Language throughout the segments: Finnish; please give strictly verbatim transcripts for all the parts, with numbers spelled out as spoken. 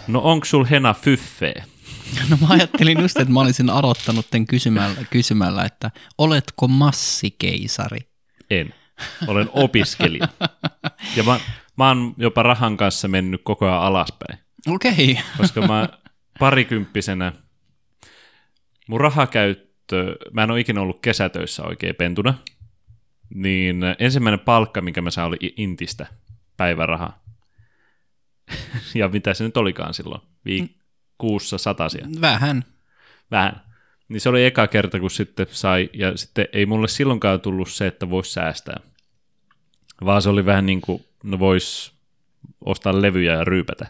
No onko sul hena fyffee? No mä ajattelin just, että mä olisin aloittanut tämän kysymällä, kysymällä, että oletko massikeisari? En. Olen opiskelija. Ja mä, mä oon jopa rahan kanssa mennyt koko ajan alaspäin. Okei. Okay. Koska mä parikymppisenä, mun rahakäyttö, mä en ole ikinä ollut kesätöissä oikein pentuna, niin ensimmäinen palkka, minkä mä sain, oli Intistä päiväraha. Ja mitä se nyt olikaan silloin? Viik- kuussa satasia. Vähän. Vähän. Niin se oli eka kerta, kun sitten sai, ja sitten ei mulle silloinkaan tullut se, että voisi säästää. Vaan se oli vähän niin kuin, no vois ostaa levyjä ja ryypätä.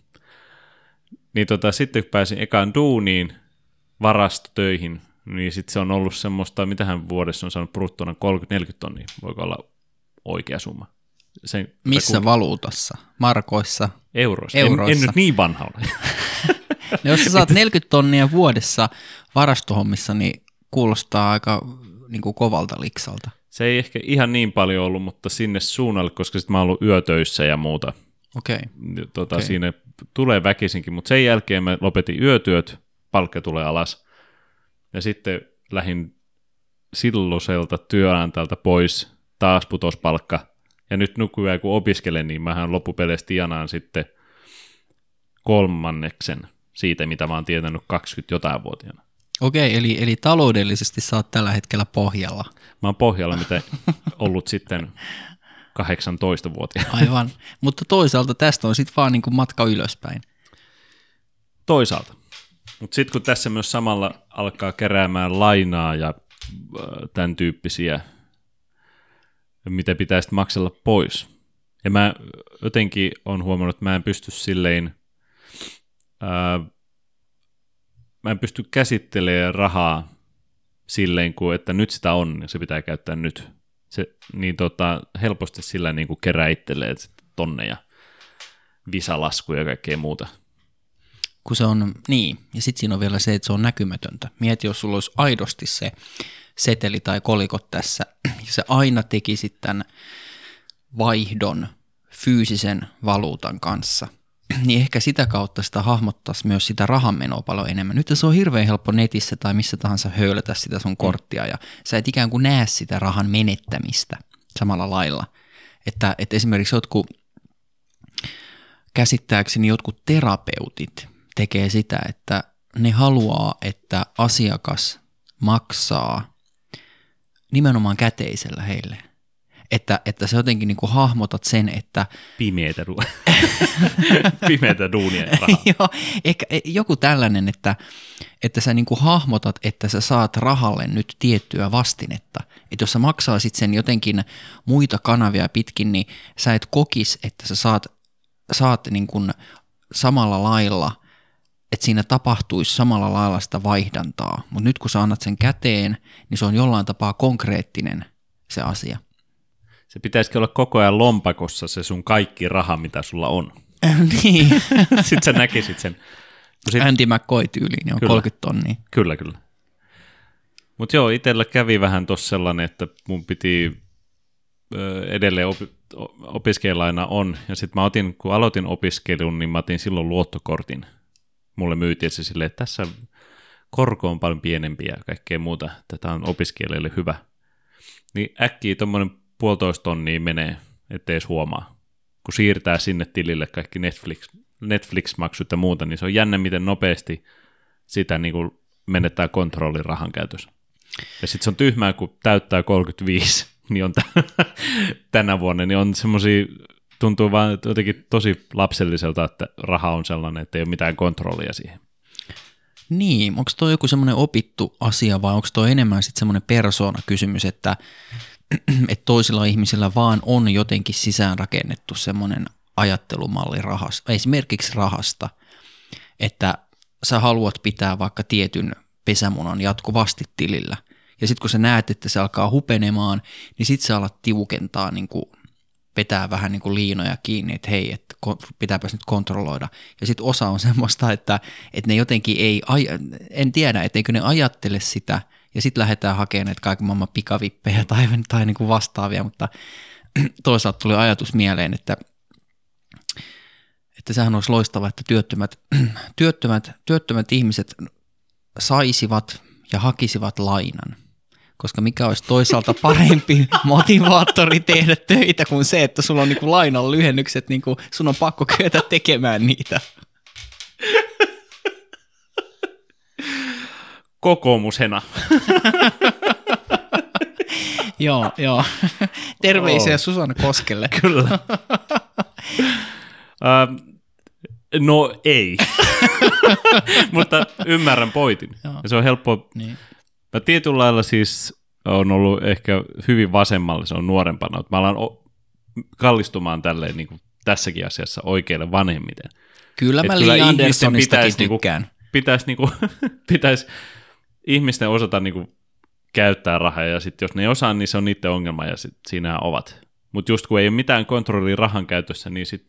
Niin tota, sitten kun pääsin ekaan duuniin, varastotöihin, niin sitten se on ollut semmoista, mitähän vuodessa on saanut bruttona kolmekymmentä neljäkymmentä tonnia, voiko olla oikea summa. Sen, Missä kun... valuutassa? Markoissa? Euroissa. Euroissa. En, en nyt niin vanha ole. No jos sä saat neljäkymmentä tonnia vuodessa varastohommissa, niin kuulostaa aika niin kuin kovalta liksalta. Se ei ehkä ihan niin paljon ollut, mutta sinne suunnalle, koska sitten mä oon ollut yötöissä ja muuta. Okei. Tota, okay. Siinä tulee väkisinkin, mutta sen jälkeen mä lopetin yötyöt, palkka tulee alas. Ja sitten lähdin silloiselta työnantajalta pois, taas putos palkka. Ja nyt nykyään kun opiskelen, niin mähän loppupeleistä tienaan sitten kolmanneksen siitä, mitä mä oon tienannut kaksikymmentä jotain vuotiaana. Okei, eli, eli taloudellisesti sä oot tällä hetkellä pohjalla. Mä oon pohjalla, mitä ollut sitten kahdeksantoistavuotiaana. Aivan, mutta toisaalta tästä on sitten vaan niin kuin matka ylöspäin. Toisaalta. Mutta sitten kun tässä myös samalla alkaa keräämään lainaa ja äh, tämän tyyppisiä, mitä pitäisi maksella pois. Ja mä jotenkin on huomannut, että mä en pysty silleen, ää, mä en pysty käsittelemään rahaa silleen, kuin että nyt sitä on ja se pitää käyttää nyt. Se, niin tota, helposti sillä niin kuin kerää itselleen tonneja, visalaskuja ja kaikkea muuta. Kun se on, niin, ja sitten siinä on vielä se, että se on näkymätöntä. Mieti, jos sulla olisi aidosti se seteli tai kolikot tässä, ja se aina tekisi tämän vaihdon fyysisen valuutan kanssa, niin ehkä sitä kautta sitä hahmottaisi myös sitä rahanmenoa paljon enemmän. Nyt se on hirveän helppo netissä tai missä tahansa höylätä sitä sun korttia, ja sä et ikään kuin näe sitä rahan menettämistä samalla lailla. Että, että esimerkiksi jotkut, käsittääkseni jotkut terapeutit tekee sitä, että ne haluaa, että asiakas maksaa nimenomaan käteisellä heille. Että, että sä jotenkin niin kuin hahmotat sen, että... Pimeätä, du- Pimeätä duunia rahaa. Joo, ehkä joku tällainen, että, että sä niin kuin hahmotat, että sä saat rahalle nyt tiettyä vastinetta. Että jos sä maksaisit sen jotenkin muita kanavia pitkin, niin sä et kokis, että sä saat, saat niin kuin samalla lailla, että siinä tapahtuisi samalla lailla sitä vaihdantaa. Mutta nyt kun sä annat sen käteen, niin se on jollain tapaa konkreettinen se asia. Se pitäisikin olla koko ajan lompakossa se sun kaikki raha, mitä sulla on. Niin. Sitten sä näkisit sen. Sit... Andy McCoy-tyyliin, niin on kyllä. kolmekymmentä tonnia. Kyllä, kyllä. Mutta joo, itsellä kävi vähän tuossa sellainen, että mun piti ö, edelleen opi- opiskelijalaina on. Ja sitten mä otin, kun aloitin opiskelun, niin mä otin silloin luottokortin. Mulle myytiin se silleen, että tässä korko on paljon pienempiä ja kaikkea muuta. Tätä on opiskelijalle hyvä. Niin äkkiä tommonen puolitoista tonnia menee, ettei edes huomaa. Kun siirtää sinne tilille kaikki Netflix, Netflix-maksut ja muuta, niin se on jännä, miten nopeasti sitä niin kuin menettää kontrollin rahan käytössä. Ja sitten se on tyhmää, kun täyttää kolmekymmentäviisi, niin on t- tänä vuonna, niin on semmoisia, tuntuu vaan jotenkin tosi lapselliselta, että raha on sellainen, että ei ole mitään kontrollia siihen. Niin, onko toi joku semmoinen opittu asia vai onko toi enemmän sitten semmoinen persoonakysymys, että että toisilla ihmisillä vaan on jotenkin sisäänrakennettu semmoinen ajattelumalli rahasta, esimerkiksi rahasta, että sä haluat pitää vaikka tietyn pesämunan jatkuvasti tilillä. Ja sitten kun sä näet, että se alkaa hupenemaan, niin sitten sä alat tiukentaa, niin kuin vetää vähän niin kuin liinoja kiinni, että hei, että pitääpäs nyt kontrolloida. Ja sitten osa on semmoista, että, että ne jotenkin ei, en tiedä, etteikö ne ajattele sitä, ja sitten lähdetään hakemaan näitä kaiken maailman pikavippejä tai, tai niin kuin vastaavia, mutta toisaalta tuli ajatus mieleen, että, että että sehän olisi loistavaa, että työttömät, työttömät, työttömät ihmiset saisivat ja hakisivat lainan. Koska mikä olisi toisaalta parempi motivaattori tehdä töitä kuin se, että sulla on niinku lainan lyhennykset, niinku sun on pakko kyetä tekemään niitä. Kokoomushena. Joo, joo. Terveisiä oh. Susanna Koskelle. Kyllä. uh, no ei, mutta ymmärrän pointin. Ja se on helppo. Niin. Mä tietyllä lailla siis on ollut ehkä hyvin vasemmalla, se on nuorempana. Mä alan kallistumaan tälleen niin kuin tässäkin asiassa oikeille vanhemmiten. Kyllä mä Li Anderssonistakin tykkään. Niinku, pitäisi, niinku, pitäisi ihmisten osata niinku käyttää rahaa, ja sitten jos ne ei osaa, niin se on niiden ongelma, ja sit siinä ovat. Mutta just kun ei ole mitään kontrollia rahan käytössä, niin sit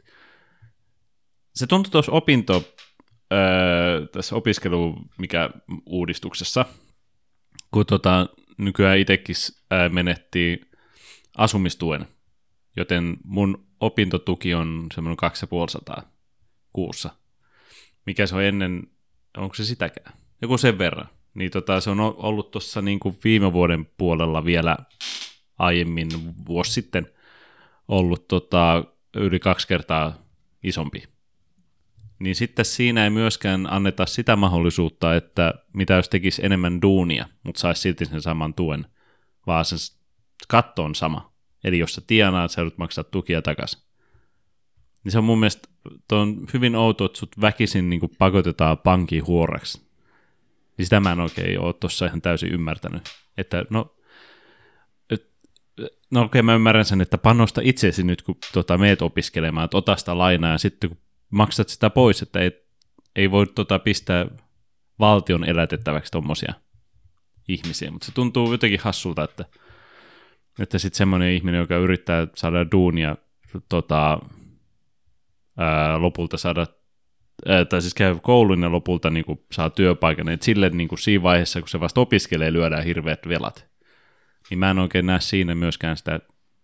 se tuntui tuossa opinto, öö, tässä opiskelu, mikä uudistuksessa, kun tota, nykyään itsekin ää, menettiin asumistuen, joten mun opintotuki on semmoinen kaksisataaviisikymmentä kuussa. Mikä se on ennen, onko se sitäkään? Joku sen verran. Niin tota, se on ollut tuossa niinku viime vuoden puolella vielä aiemmin, vuosi sitten, ollut tota, yli kaksi kertaa isompi. Niin sitten siinä ei myöskään anneta sitä mahdollisuutta, että mitä jos tekisi enemmän duunia, mutta saisi silti sen saman tuen, vaan se katto on sama. Eli jos sä tienaat, sä joudut maksaa tukia takaisin. Niin se on mun mielestä on hyvin outo, että sut väkisin niin kuin pakotetaan pankin huoreksi. Niin sitä mä en oikein ole tuossa ihan täysin ymmärtänyt. Että no, et, no okei, mä ymmärrän sen, että panosta itseesi nyt, kun tota, meet opiskelemaan, että ota sitä lainaa, ja sitten kun maksat sitä pois, että ei, ei voi tota, pistää valtion elätettäväksi tommosia ihmisiä. Mutta se tuntuu jotenkin hassulta, että, että sitten semmoinen ihminen, joka yrittää saada duunia, tota, ää, lopulta saada, ää, tai siis käy koulun ja lopulta niin kuin, saa työpaikan, että sille niin kuin, siinä vaiheessa, kun se vasta opiskelee, lyödään hirveät velat. Niin mä en oikein näe siinä myöskään sitä,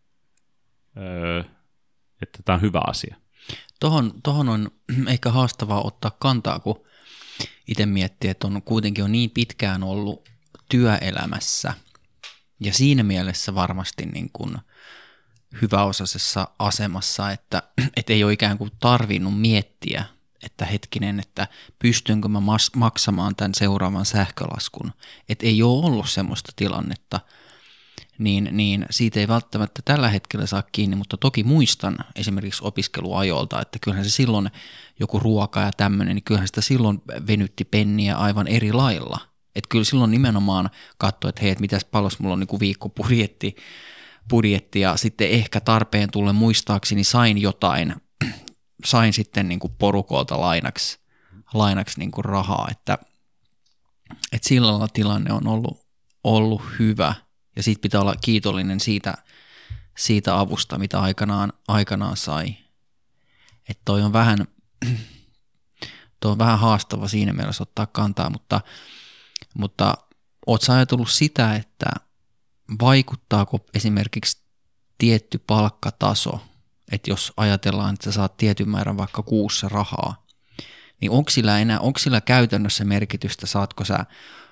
ää, että tämä on hyvä asia. Tohon, tohon on ehkä haastavaa ottaa kantaa, kun itse miettii, että on kuitenkin on niin pitkään ollut työelämässä ja siinä mielessä varmasti niin kuin hyväosaisessa asemassa, että, että ei ole ikään kuin tarvinnut miettiä, että hetkinen, että pystynkö mä mas- maksamaan tämän seuraavan sähkölaskun. Että ei ole ollut semmoista tilannetta, niin, niin siitä ei välttämättä tällä hetkellä saa kiinni, mutta toki muistan esimerkiksi opiskeluajolta, että kyllähän se silloin joku ruoka ja tämmöinen, niin kyllähän sitä silloin venytti penniä aivan eri lailla. Että kyllä silloin nimenomaan katsoi, että hei, että mitäs palos mulla on niin kuin viikkobudjetti, budjetti, ja sitten ehkä tarpeen tullen muistaakseni sain jotain, sain sitten niin kuin porukolta lainaksi, lainaksi niin kuin rahaa, että, että sillä lailla tilanne on ollut, ollut hyvä, ja siitä pitää olla kiitollinen siitä, siitä avusta, mitä aikanaan, aikanaan sai. Että toi on vähän, toi on vähän haastava siinä mielessä ottaa kantaa, mutta, mutta ootko sä ajatellut sitä, että vaikuttaako esimerkiksi tietty palkkataso, että jos ajatellaan, että sä saat tietyn määrän vaikka kuussa rahaa, niin onko sillä enää, onko sillä käytännössä merkitystä, saatko sä,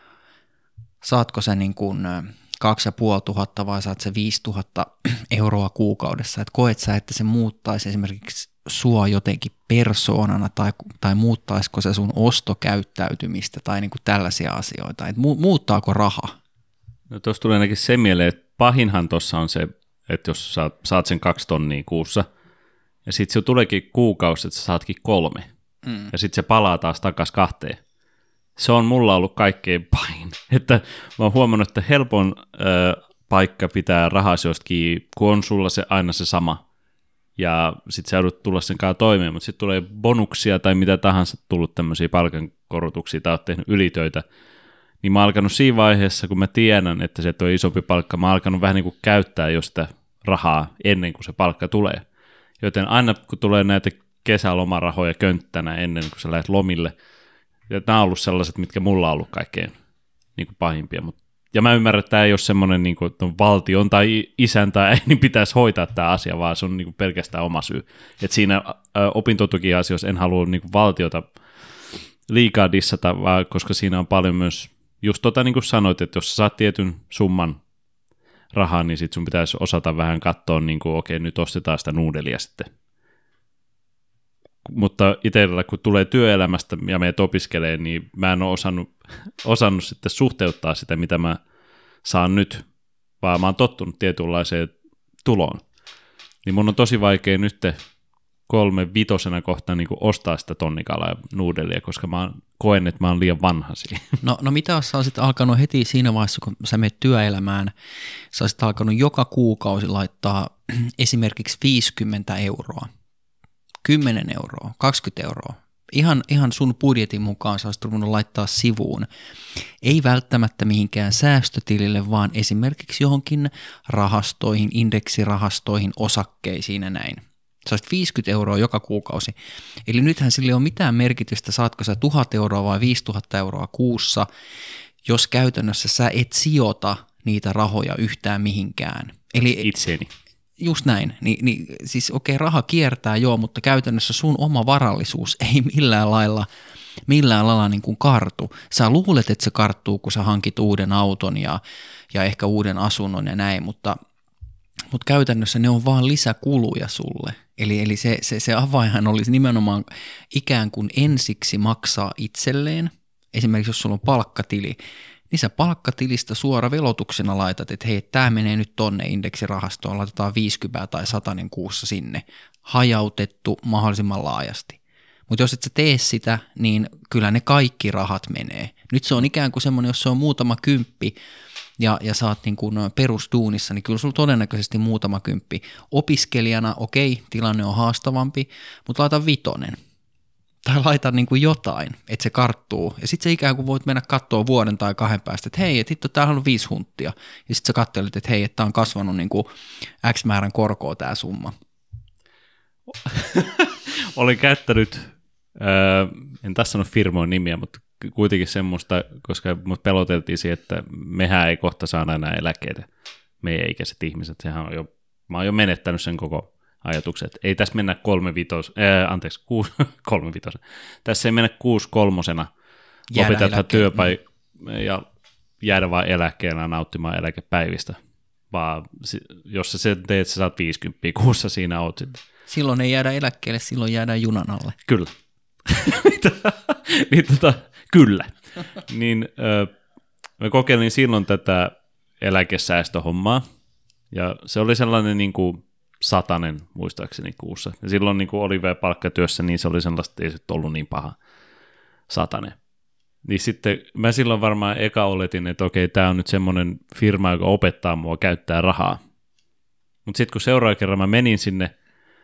saatko sä niin kuin kaksi ja puoli tuhatta vai saat sä viisi tuhatta euroa kuukaudessa, että koet sä, että se muuttaisi esimerkiksi sua jotenkin persoonana tai, tai muuttaisiko se sun ostokäyttäytymistä tai niin kuin tällaisia asioita, että mu, muuttaako raha? No tuossa tulee ainakin se mieleen, että pahinhan tuossa on se, että jos saat, saat sen kaksi tonnia kuussa, ja sitten se tuleekin kuukausi, että sä saatkin kolme, mm. ja sitten se palaa taas takaisin kahteen. Se on mulla ollut kaikkein pahin, että mä oon huomannut, että helpon ö, paikka pitää rahasi kiinni, kun on sulla se aina se sama, ja sitten sä joudut tulla sen kanssa toimeen, mutta sitten tulee bonuksia tai mitä tahansa tullut tämmöisiä palkankorotuksia, tai oot tehnyt ylitöitä, niin mä oon alkanut siinä vaiheessa, kun mä tiedän, että se on isompi palkka, mä oon alkanut vähän niin kuin käyttää jo sitä rahaa ennen kuin se palkka tulee. Joten aina kun tulee näitä kesälomarahoja könttänä ennen kuin sä lähdet lomille, ja nämä on ollut sellaiset, mitkä mulla on ollut kaikkein niin kuin pahimpia, mutta ja mä ymmärrän, että tämä ei ole semmoinen niin kuin, että valtion tai isän tai äidin pitäisi hoitaa tämä asia, vaan se on niin kuin pelkästään oma syy. Että siinä ä, opintotukiasioissa en halua niin kuin valtiota liikaa dissata, vaan koska siinä on paljon myös, just tota niin kuin sanoit, että jos sä saat tietyn summan rahaa, niin sit sun pitäisi osata vähän katsoa, niin kuin okei, nyt ostetaan sitä nuudelia sitten. Mutta itsellä, kun tulee työelämästä ja meidät opiskelee, niin mä en ole osannut, osannut sitten suhteuttaa sitä, mitä mä saan nyt, vaan mä oon tottunut tietynlaiseen tuloon. Niin mun on tosi vaikea nyt kolme vitosena kohtaan niin ostaa sitä tonnikalaa ja nuudelia, koska mä koen, että mä oon liian vanha siihen. No, no mitä jos sä olisit alkanut heti siinä vaiheessa, kun sä menet työelämään, sä olisit alkanut joka kuukausi laittaa esimerkiksi viisikymmentä euroa, kymmenen euroa, kaksikymmentä euroa. Ihan, ihan sun budjetin mukaan sä olisit ruvennut laittaa sivuun. Ei välttämättä mihinkään säästötilille, vaan esimerkiksi johonkin rahastoihin, indeksirahastoihin, osakkeisiin ja näin. Sä olisit viisikymmentä euroa joka kuukausi. Eli nythän sille ei ole mitään merkitystä, saatko sä tuhat euroa vai viisituhatta euroa kuussa, jos käytännössä sä et sijoita niitä rahoja yhtään mihinkään. Eli itseeni. Just näin. Ni, niin, siis okei, okay, raha kiertää joo, mutta käytännössä sun oma varallisuus ei millään lailla, millään lailla niin kuin kartu. Sä luulet, että se karttuu, kun sä hankit uuden auton ja, ja ehkä uuden asunnon ja näin, mutta, mutta käytännössä ne on vaan lisäkuluja sulle. Eli, eli se, se, se avainhan olisi nimenomaan ikään kuin ensiksi maksaa itselleen. Esimerkiksi jos sulla on palkkatili, niin sä palkkatilistä suora velotuksena laitat, että hei, tämä menee nyt tonne indeksirahastoon, laitetaan viisikymmentä tai satanen kuussa sinne, hajautettu mahdollisimman laajasti. Mutta jos et sä tee sitä, niin kyllä ne kaikki rahat menee. Nyt se on ikään kuin semmoinen, jos se on muutama kymppi ja, ja sä oot niin kuin perustuunissa, niin kyllä sulla todennäköisesti muutama kymppi. Opiskelijana, okei, tilanne on haastavampi, mutta laita vitonen. Tai laita niin kuin jotain, että se karttuu. Ja sitten se ikään kuin voit mennä katsoa vuoden tai kahden päästä, että hei, että hitto, täällä on viisi hunttia. Ja sitten sä katselet, että hei, että tää on kasvanut niin kuin X määrän korkoa tää summa. Olen käyttänyt, äh, en tässä sano firmojen nimiä, mutta kuitenkin semmoista, koska mut peloteltiin siihen, että mehän ei kohta saada enää eläkkeitä. Meidän ikäiset ihmiset, sehän on jo, mä oon jo menettänyt sen koko ajatukset. Ei tässä mennä kolme vitos, ää, anteeksi, kuusi, kolme vitos. Tässä ei mennä kuusi kolmosena. Lopetetaan työpaikka ja jäädä vaan eläkkeellä nauttimaan eläkepäivistä. Vaan jos sä sen teet, sä saat viisikymmentä kuussa, siinä oot sitten. Silloin ei jäädä eläkkeelle, silloin jäädään junan alle. Kyllä. niin, tota, kyllä. niin, ö, mä kokeilin silloin tätä eläkesäästöhommaa, ja se oli sellainen niin kuin satanen muistaakseni kuussa. Ja silloin niin kuin oli vielä palkkatyössä, niin se oli sellaista, että ei se ollut niin paha satanen. Niin sitten mä silloin varmaan eka oletin, että okei, tämä on nyt semmoinen firma, joka opettaa mua käyttää rahaa. Mutta sitten kun seuraavan kerran mä menin sinne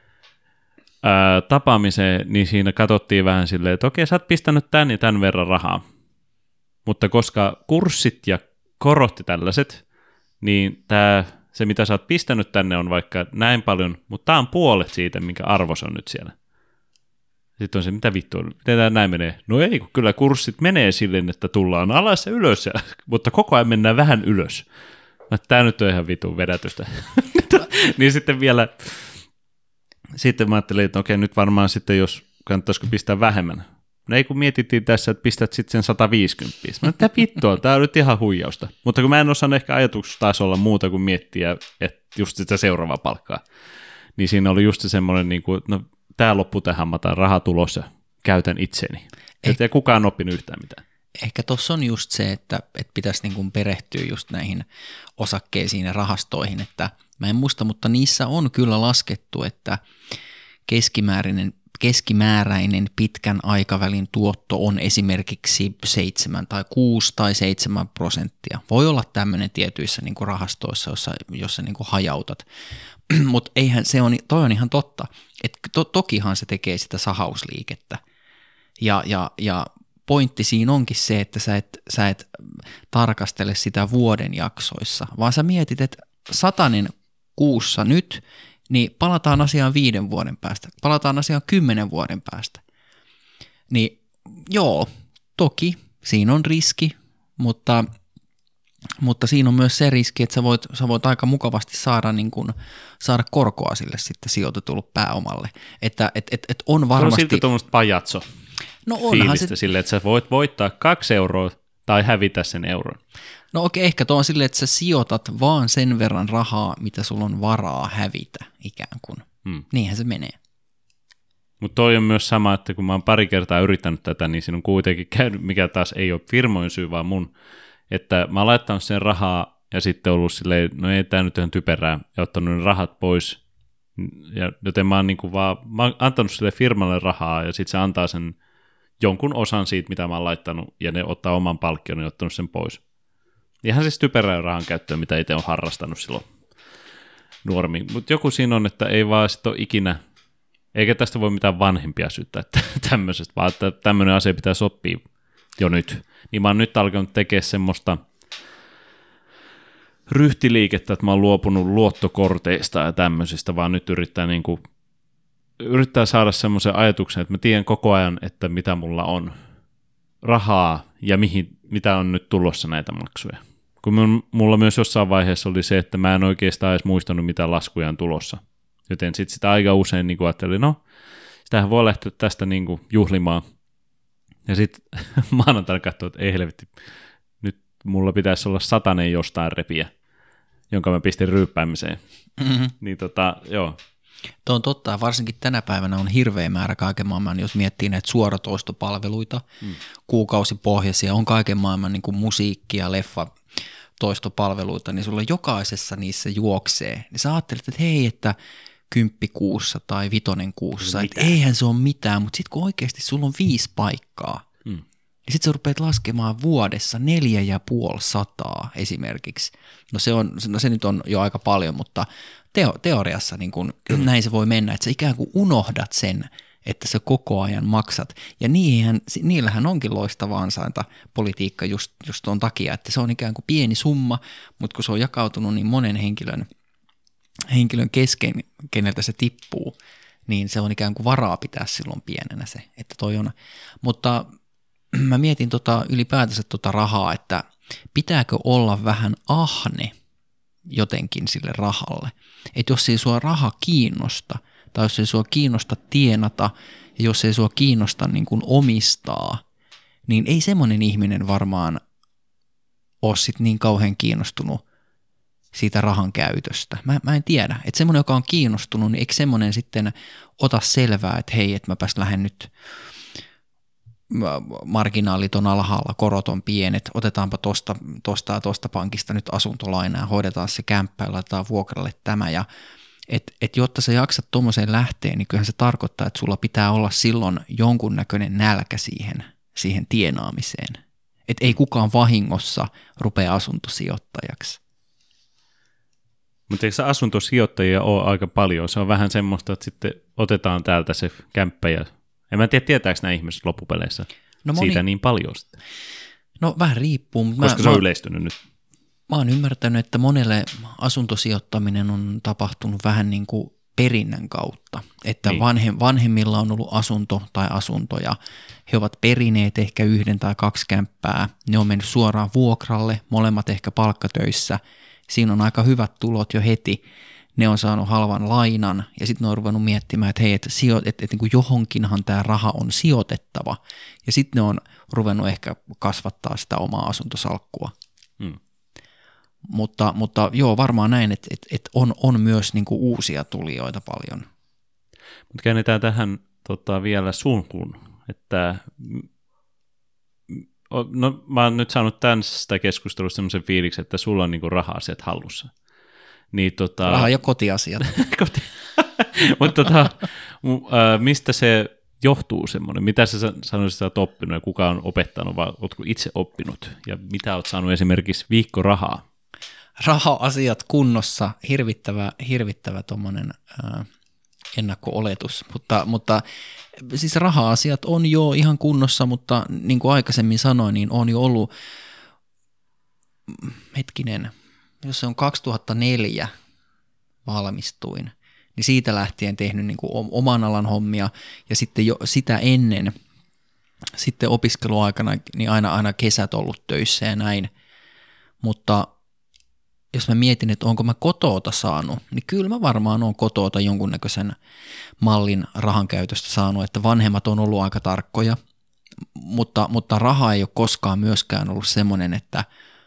ää, tapaamiseen, niin siinä katsottiin vähän silleen, että okei, sä oot pistänyt tän ja tän verran rahaa. Mutta koska kurssit ja korot ja tällaiset, niin tämä se, mitä sä oot pistänyt tänne, on vaikka näin paljon, mutta tää on puolet siitä, minkä arvos on nyt siellä. Sitten on se, mitä vittua, miten tämä näin menee? No ei, kun kyllä kurssit menee silleen, että tullaan alas ja ylös, ja, mutta koko ajan mennään vähän ylös. Tämä nyt on ihan vitun vedätystä. niin sitten vielä, sitten mä ajattelin, että okei, nyt varmaan sitten, jos kannattaisiko pistää vähemmän. No ei, kun mietittiin tässä, että pistät sitten sen sata viisikymmentä. Mä että vittua, tää on nyt ihan huijausta. Mutta kun mä en osannut ehkä ajatustasolla muuta kuin miettiä, että just sitä seuraavaa palkkaa, niin siinä oli just se semmoinen, niin kuin, no tää loppuu tähän, mä otan raha tulos ja käytän itseni. Eh- Ei kukaan oppinut yhtään mitään. Ehkä tuossa on just se, että, että pitäisi niin kuin perehtyä just näihin osakkeisiin ja rahastoihin, että mä en muista, mutta niissä on kyllä laskettu, että keskimääräinen keskimääräinen pitkän aikavälin tuotto on esimerkiksi seitsemän tai kuusi tai seitsemän prosenttia. Voi olla tämmöinen tietyissä niin kuin rahastoissa, jossa, jossa niin kuin hajautat, mutta eihän se on, toi on ihan totta, että to, tokihan se tekee sitä sahausliikettä ja, ja, ja pointti siinä onkin se, että sä et, sä et tarkastele sitä vuoden jaksoissa, vaan sä mietit, että satanen kuussa nyt, niin palataan asiaan viiden vuoden päästä, palataan asiaan kymmenen vuoden päästä. Niin joo, toki siinä on riski, mutta Mutta siinä on myös se riski, että sä voit, sä voit aika mukavasti saada, niin kuin, saada korkoa sille sitten sijoitetulle pääomalle. Että et, et, et on varmasti... Se on silti tuommoista pajatso no onhan fiilistä se... sille, että sä voit voittaa kaksi euroa tai hävitä sen euron. No okei, ehkä tuo on silleen, että sä sijoitat vaan sen verran rahaa, mitä sulla on varaa hävitä ikään kuin. Hmm. Niinhän se menee. Mutta toi on myös sama, että kun mä oon pari kertaa yrittänyt tätä, niin siinä on kuitenkin käynyt, mikä taas ei ole firmojen syy, vaan mun, että mä oon laittanut sen rahaa ja sitten ollut silleen, no ei tää nyt ihan typerää, ja ottanut ne rahat pois, ja, joten mä oon niinku vaan, mä oon antanut sille firmalle rahaa, ja sitten se antaa sen jonkun osan siitä, mitä mä oon laittanut, ja ne ottaa oman palkkion ja ottanut sen pois. Ihan siis typerää rahan käyttöä, mitä itse on harrastanut silloin nuoremmin. Mutta joku siinä on, että ei vaan sit ole ikinä, eikä tästä voi mitään vanhempia syyttää tämmöisestä, vaan että tämmöinen asia pitää sopia jo nyt. Niin mä oon nyt alkanut tekemään semmoista ryhtiliikettä, että mä oon luopunut luottokorteista ja tämmöisistä, vaan nyt yrittää, niin kuin, yrittää saada semmoisen ajatuksen, että mä tiedän koko ajan, että mitä mulla on rahaa ja mihin, mitä on nyt tulossa näitä maksuja. Kun mulla myös jossain vaiheessa oli se, että mä en oikeastaan edes muistanut, mitä laskuja on tulossa. Joten sitten sitä aika usein niin ajattelin, no, sitähän voi lähteä tästä niin kuin juhlimaan. Ja sitten maanantaina katsoin, että ei helvetti, nyt mulla pitäisi olla satanen jostain repiä, jonka mä pistin ryyppäämiseen. Mm-hmm. Niin tota, joo. Tuo on totta, varsinkin tänä päivänä on hirveä määrä kaiken maailman, jos miettii näitä suoratoistopalveluita, mm. kuukausipohjaisia, on kaiken maailman niin kuin musiikki- ja leffatoistopalveluita, niin sulla jokaisessa niissä juoksee. Niin sä ajattelet, että hei, että kymppi kuussa tai vitonen kuussa, että eihän se ole mitään, mutta sitten kun oikeasti sulla on viisi paikkaa, mm. niin sitten sä rupeat laskemaan vuodessa neljä ja puoli sataa esimerkiksi. No se, on, no se nyt on jo aika paljon, mutta teo, teoriassa niin kun, mm. näin se voi mennä, että sä ikään kuin unohdat sen, että sä koko ajan maksat. Ja niihin, niillähän onkin loistava ansainta politiikka just, just tuon takia, että se on ikään kuin pieni summa, mutta kun se on jakautunut niin monen henkilön henkilön kesken, keneltä se tippuu, niin se on ikään kuin varaa pitää silloin pienenä se, että toi on. Mutta mä mietin tota ylipäätänsä tota rahaa, että pitääkö olla vähän ahne jotenkin sille rahalle. Että jos ei sua raha kiinnosta, tai jos ei sua kiinnosta tienata, ja jos ei sua kiinnosta niin kuin omistaa, niin ei semmoinen ihminen varmaan ole sit niin kauhean kiinnostunut siitä rahan käytöstä. Mä, mä en tiedä, että semmoinen, joka on kiinnostunut, niin eikö semmoinen sitten ota selvää, että hei, että mäpäs lähden nyt, marginaalit on alhaalla, korot on pienet, otetaanpa tosta, tosta ja tosta pankista nyt asuntolainaa, hoidetaan se kämppä ja laitetaan vuokralle tämä, ja että et jotta sä jaksat tuommoiseen lähteen, niin kyllähän se tarkoittaa, että sulla pitää olla silloin jonkunnäköinen nälkä siihen, siihen tienaamiseen. Että ei kukaan vahingossa rupea asuntosijoittajaksi. Mutta eikö se asuntosijoittajia ole aika paljon? Se on vähän semmoista, että sitten otetaan täältä se kämppä ja en mä tiedä, tietääkö nämä ihmiset loppupeleissä no moni... siitä niin paljon sitten. No vähän riippuu. Mutta koska mä, se on mä, yleistynyt nyt. Mä oon ymmärtänyt, että monelle asuntosijoittaminen on tapahtunut vähän niin kuin perinnän kautta. Että niin. vanhem, vanhemmilla on ollut asunto tai asuntoja. He ovat perineet ehkä yhden tai kaksi kämppää. Ne on mennyt suoraan vuokralle, molemmat ehkä palkkatöissä. Siinä on aika hyvät tulot jo heti. Ne on saanut halvan lainan ja sitten ne on ruvennut miettimään, että hei, että, sijo- että, että niin kuin johonkinhan tämä raha on sijoitettava. Ja sitten ne on ruvennut ehkä kasvattaa sitä omaa asuntosalkkua. Hmm. Mutta, mutta joo, varmaan näin, että, että, että on, on myös niin kuin uusia tulijoita paljon. Mutta käännetään tähän tota, vielä sunkuun, että no, mä oon nyt saanut tästä keskustelusta semmoisen fiiliksen, että sulla on niinku raha-asiat hallussa. Niin, tota... Raha- ja kotiasiat. Koti... Mutta tota, mistä se johtuu semmoinen? Mitä sä sanoisit, että sä oot oppinut ja kuka on opettanut vai ootko itse oppinut? Ja mitä oot saanut esimerkiksi viikkorahaa? Raha-asiat kunnossa, hirvittävä, hirvittävä tommonen äh, ennakko-oletus, mutta, mutta siis raha-asiat on jo ihan kunnossa, mutta niin kuin aikaisemmin sanoin, niin on jo ollut, hetkinen, jos se on kaksituhattaneljä valmistuin, niin siitä lähtien tehnyt niin kuin oman alan hommia ja sitten jo sitä ennen, sitten opiskeluaikana, niin aina, aina kesät ollut töissä ja näin, mutta jos mä mietin, että onko mä kotoota saanut, niin kyllä mä varmaan oon kotoota jonkunnäköisen mallin rahan käytöstä saanut, että vanhemmat on ollut aika tarkkoja, mutta, mutta raha ei ole koskaan myöskään ollut semmoinen, että,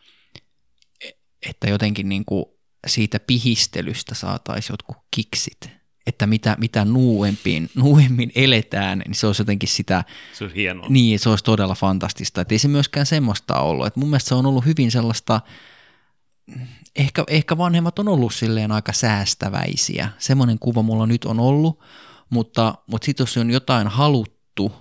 että jotenkin niin kuin siitä pihistelystä saataisiin jotkut kiksit, että mitä, mitä nuuemmin, nuuemmin eletään, niin se olisi jotenkin sitä, se olisi hienoa. Niin, se olisi todella fantastista, että ei se myöskään semmoista ollut, että mun mielestä se on ollut hyvin sellaista, Ehkä, ehkä vanhemmat on ollut silleen aika säästäväisiä. Semmoinen kuva mulla nyt on ollut, mutta, mutta sitten jos on jotain haluttu,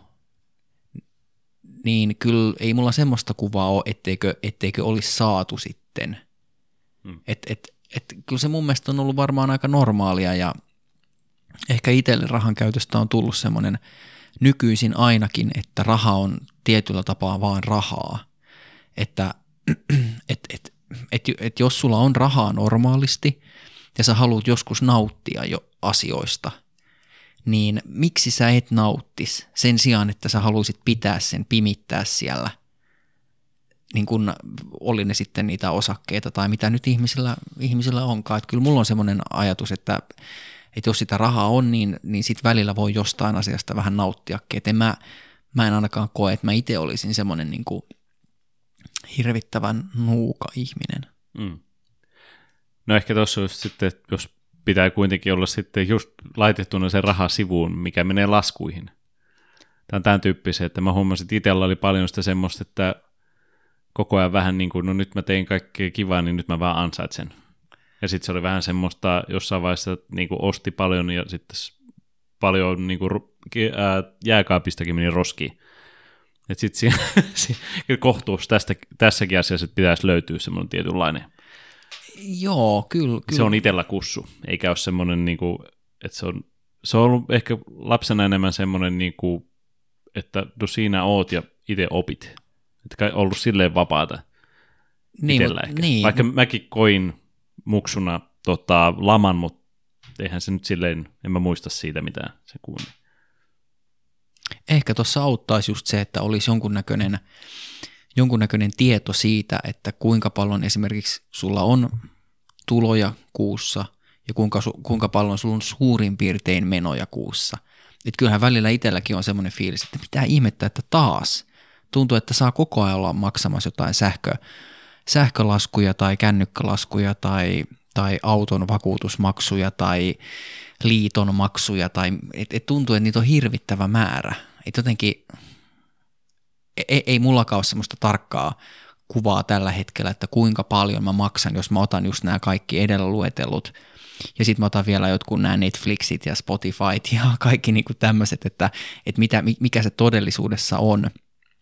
niin kyllä ei mulla semmoista kuvaa ole, etteikö, etteikö olisi saatu sitten. Hmm. Et, et, et, kyllä se mun mielestä on ollut varmaan aika normaalia ja ehkä itselle rahan käytöstä on tullut semmoinen nykyisin ainakin, että raha on tietyllä tapaa vaan rahaa. Että et, et, Että et jos sulla on rahaa normaalisti ja sä haluat joskus nauttia jo asioista, niin miksi sä et nauttis sen sijaan, että sä haluaisit pitää sen, pimittää siellä, niin kun oli ne sitten niitä osakkeita tai mitä nyt ihmisillä, ihmisillä onkaan. Että kyllä mulla on semmoinen ajatus, että, että jos sitä rahaa on, niin, niin sit välillä voi jostain asiasta vähän nauttiakin. Että mä, mä en ainakaan koe, että mä itse olisin semmoinen niin kuin hirvittävän nuuka ihminen. Mm. No ehkä tuossa olisi sitten, että jos pitää kuitenkin olla sitten just laitettuna se raha sivuun, mikä menee laskuihin. Tämä on tämän tyyppisen, että mä huomasin, että itsellä oli paljon sitä semmoista, että koko ajan vähän niin kuin, no nyt mä tein kaikkea kivaa, niin nyt mä vaan ansaitsen. Ja sitten se oli vähän semmoista, jossain vaiheessa niin kuin osti paljon ja sitten paljon niin kuin jääkaapistakin meni roskiin. Että sitten kohtuus tästä, tässäkin asiassa pitäisi löytyä semmoinen tietynlainen. Joo, kyllä. kyllä. Se on itsellä kussu, eikä ole semmoinen, niinku, että se on, se on ollut ehkä lapsena enemmän semmoinen, niinku, että no siinä oot ja itse opit. Että ollut silleen vapaata niin, itsellä ehkä. Niin. Vaikka mäkin koin muksuna tota, laman, mutta eihän se nyt silleen, en mä muista siitä mitään se kuuli. Ehkä tuossa auttaisi just se, että olisi jonkunnäköinen, jonkunnäköinen tieto siitä, että kuinka paljon esimerkiksi sulla on tuloja kuussa ja kuinka, kuinka paljon sulla on suurin piirtein menoja kuussa. Et kyllähän välillä itselläkin on semmoinen fiilis, että mitä ihmettä, että taas tuntuu, että saa koko ajan olla maksamassa jotain sähkö, sähkölaskuja tai kännykkälaskuja tai, tai auton vakuutusmaksuja tai liiton maksuja, tai et, et tuntuu, että niitä on hirvittävä määrä. Et jotenkin, ei, ei mullakaan ole semmoista tarkkaa kuvaa tällä hetkellä, että kuinka paljon mä maksan, jos mä otan just nämä kaikki edellä luetellut, ja sitten mä otan vielä jotkut nämä Netflixit ja Spotifyt ja kaikki niinku tämmöiset, että, että mitä, mikä se todellisuudessa on.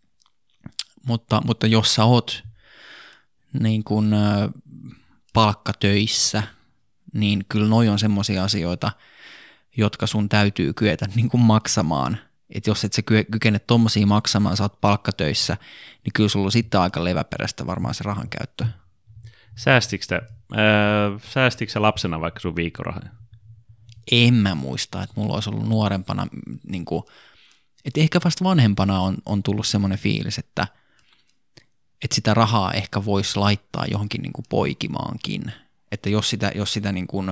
Mutta, mutta jos sä oot niin kun, palkkatöissä, niin kyllä noi on semmoisia asioita, jotka sun täytyy kyetä niin kuin maksamaan. Että jos et sä kykene tommosia maksamaan, sä oot palkkatöissä, niin kyllä sulla on sitten aika leväperäistä varmaan se rahan käyttö. Säästikö sä, äh, säästikö sä lapsena vaikka sun viikkorahoja? En mä muista, että mulla olisi ollut nuorempana, niin kuin, että ehkä vasta vanhempana on, on tullut semmoinen fiilis, että, että sitä rahaa ehkä voisi laittaa johonkin niin kuin poikimaankin. Että jos sitä, jos sitä niin kuin,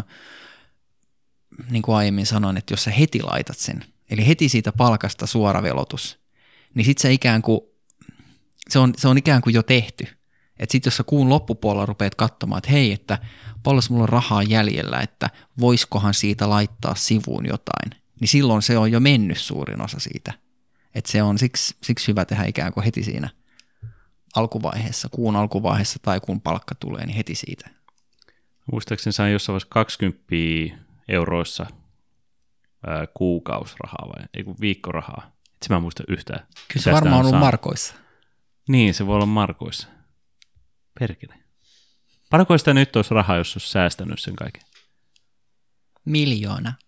niin kuin aiemmin sanoin, että jos sä heti laitat sen, eli heti siitä palkasta suora velotus, niin sit se ikään kuin, se on, se on ikään kuin jo tehty. Että sit jos sä kuun loppupuolella rupeat katsomaan, että hei, että paljon mulla on rahaa jäljellä, että voiskohan siitä laittaa sivuun jotain, niin silloin se on jo mennyt suurin osa siitä. Että se on siksi, siksi hyvä tehdä ikään kuin heti siinä alkuvaiheessa, kuun alkuvaiheessa tai kun palkka tulee, niin heti siitä. Muistaakseni sain jossain vaiheessa kaksikymmentä euroissa ää, kuukausirahaa vai ei kun viikkorahaa. Itse mä en muista yhtään. Kyllä se varmaan on ollut markoissa. Niin, se voi olla markoissa. Perkele. Paljonko sitä nyt olisi rahaa, jos olisi säästänyt sen kaiken? Miljoona.